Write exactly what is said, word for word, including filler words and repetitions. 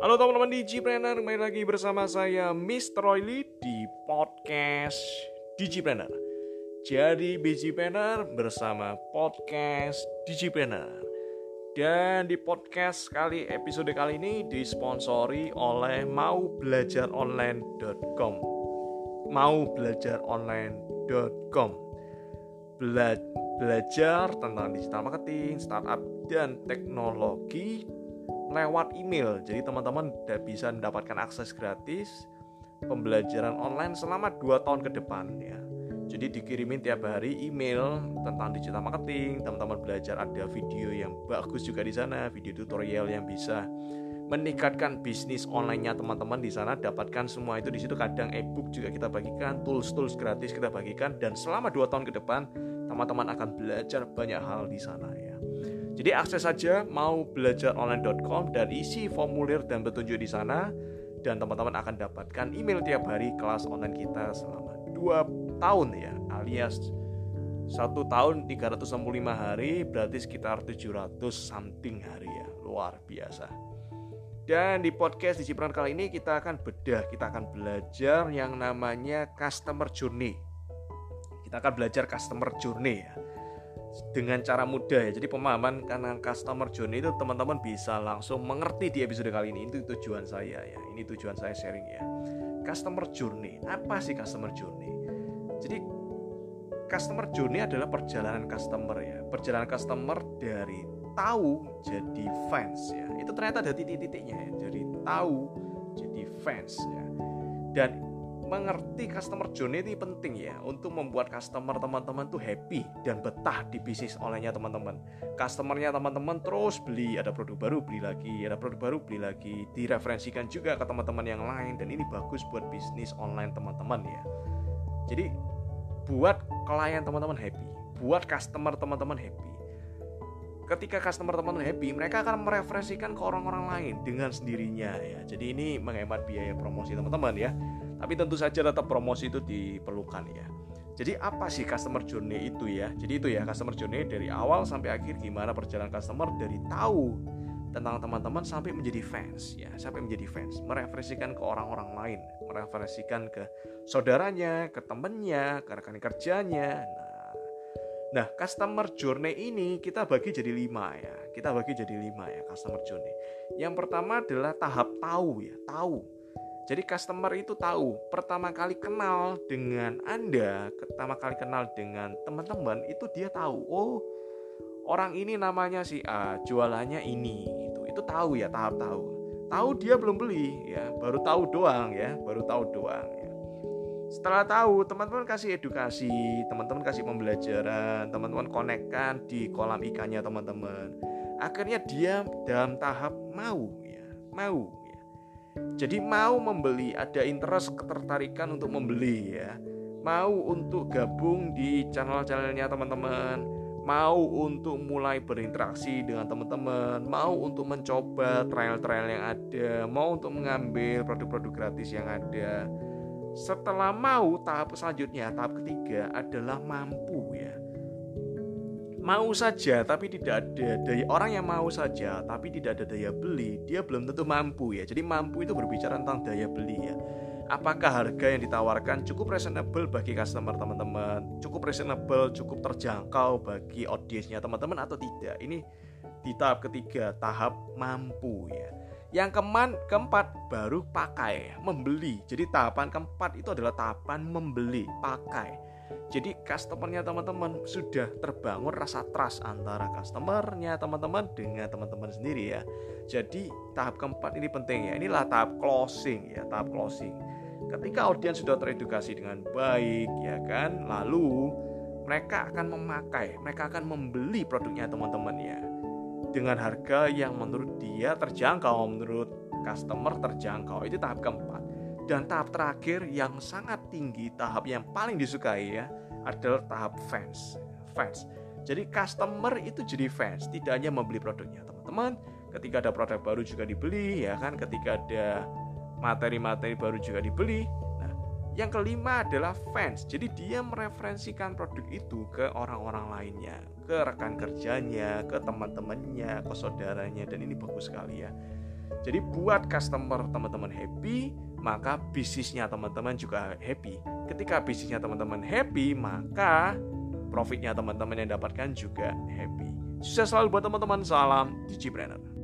Halo teman-teman Digipreneur, kembali lagi bersama saya mister Royli di podcast Digipreneur. Jadi Digipreneur bersama podcast Digipreneur. Dan di podcast kali episode kali ini disponsori oleh mau belajar online dot com. mau belajar online dot com. Bela- belajar tentang digital marketing, startup dan teknologi lewat email. Jadi teman-teman udah bisa mendapatkan akses gratis pembelajaran online selama dua tahun ke depan ya. Jadi dikirimin tiap hari email tentang digital marketing, teman-teman belajar, ada video yang bagus juga di sana, video tutorial yang bisa meningkatkan bisnis online-nya teman-teman di sana, dapatkan semua itu di situ. Kadang ebook juga kita bagikan, tools-tools gratis kita bagikan, dan selama dua tahun ke depan teman-teman akan belajar banyak hal di sana ya. Jadi akses saja mau belajar online dot com dan isi formulir dan petunjuk di sana, dan teman-teman akan dapatkan email tiap hari kelas online kita selama dua tahun ya, alias satu tahun tiga ratus enam puluh lima hari, berarti sekitar tujuh ratus something hari ya, luar biasa. Dan di podcast Digipreneur kali ini kita akan bedah, kita akan belajar yang namanya customer journey. Kita akan belajar customer journey ya, dengan cara mudah ya. Jadi pemahaman karena customer journey itu teman-teman bisa langsung mengerti di episode kali ini. Itu tujuan saya ya. Ini tujuan saya sharing ya. Customer journey. Apa sih customer journey? Jadi customer journey adalah perjalanan customer ya. Perjalanan customer dari tahu jadi fans ya. Itu ternyata ada titik-titiknya ya. Dari tahu jadi fans ya. Dan mengerti customer journey itu penting ya, untuk membuat customer teman-teman tuh happy dan betah di bisnis online-nya teman-teman. Customernya teman-teman terus beli, ada produk baru beli lagi, ada produk baru beli lagi, direferensikan juga ke teman-teman yang lain, dan ini bagus buat bisnis online teman-teman ya. Jadi buat klien teman-teman happy, buat customer teman-teman happy. Ketika customer teman-teman happy, mereka akan mereferensikan ke orang-orang lain dengan sendirinya ya. Jadi ini menghemat biaya promosi teman-teman ya. Tapi tentu saja tetap promosi itu diperlukan ya. Jadi apa sih customer journey itu ya? Jadi itu ya, customer journey dari awal sampai akhir, gimana perjalanan customer dari tahu tentang teman-teman sampai menjadi fans ya, sampai menjadi fans, mereferensikan ke orang-orang lain, mereferensikan ke saudaranya, ke temannya, ke rekan kerjanya. Nah, nah customer journey ini kita bagi jadi lima ya. Kita bagi jadi lima ya customer journey. Yang pertama adalah tahap tahu ya, tahu. Jadi customer itu tahu, pertama kali kenal dengan Anda, pertama kali kenal dengan teman-teman, itu dia tahu, oh orang ini namanya si A, jualannya ini, gitu. Itu tahu ya, tahap tahu. Tahu dia belum beli ya, baru tahu doang ya, baru tahu doang ya. Setelah tahu, teman-teman kasih edukasi, teman-teman kasih pembelajaran, teman-teman konekkan di kolam ikannya teman-teman. Akhirnya dia dalam tahap mau ya, mau. Jadi mau membeli, ada interest, ketertarikan untuk membeli ya. Mau untuk gabung di channel-channelnya teman-teman, mau untuk mulai berinteraksi dengan teman-teman, mau untuk mencoba trial-trial yang ada, mau untuk mengambil produk-produk gratis yang ada. Setelah mau, tahap selanjutnya, tahap ketiga adalah mampu ya. Mau saja tapi tidak ada daya, orang yang mau saja tapi tidak ada daya beli, dia belum tentu mampu ya. Jadi mampu itu berbicara tentang daya beli ya. Apakah harga yang ditawarkan cukup reasonable bagi customer teman-teman, cukup reasonable, cukup terjangkau bagi audiensnya teman-teman atau tidak. Ini di tahap ketiga, tahap mampu ya. Yang keman, keempat baru pakai, membeli. Jadi tahapan keempat itu adalah tahapan membeli, pakai. Jadi customernya teman-teman sudah terbangun rasa trust antara customernya teman-teman dengan teman-teman sendiri ya. Jadi tahap keempat ini penting ya. Inilah tahap closing ya, tahap closing. Ketika audiens sudah teredukasi dengan baik ya kan, lalu mereka akan memakai, mereka akan membeli produknya teman-teman ya, dengan harga yang menurut dia terjangkau, menurut customer terjangkau. Itu tahap keempat. Dan tahap terakhir yang sangat tinggi, tahap yang paling disukai ya, adalah tahap fans. Fans. Jadi customer itu jadi fans, tidak hanya membeli produknya teman-teman. Ketika ada produk baru juga dibeli ya kan, ketika ada materi-materi baru juga dibeli. Nah, yang kelima adalah fans. Jadi dia mereferensikan produk itu ke orang-orang lainnya, ke rekan kerjanya, ke teman-temannya, ke saudaranya, dan ini bagus sekali ya. Jadi buat customer teman-teman happy, maka bisnisnya teman-teman juga happy. Ketika bisnisnya teman-teman happy, maka profitnya teman-teman yang dapatkan juga happy. Sukses selalu buat teman-teman. Salam Digipreneur.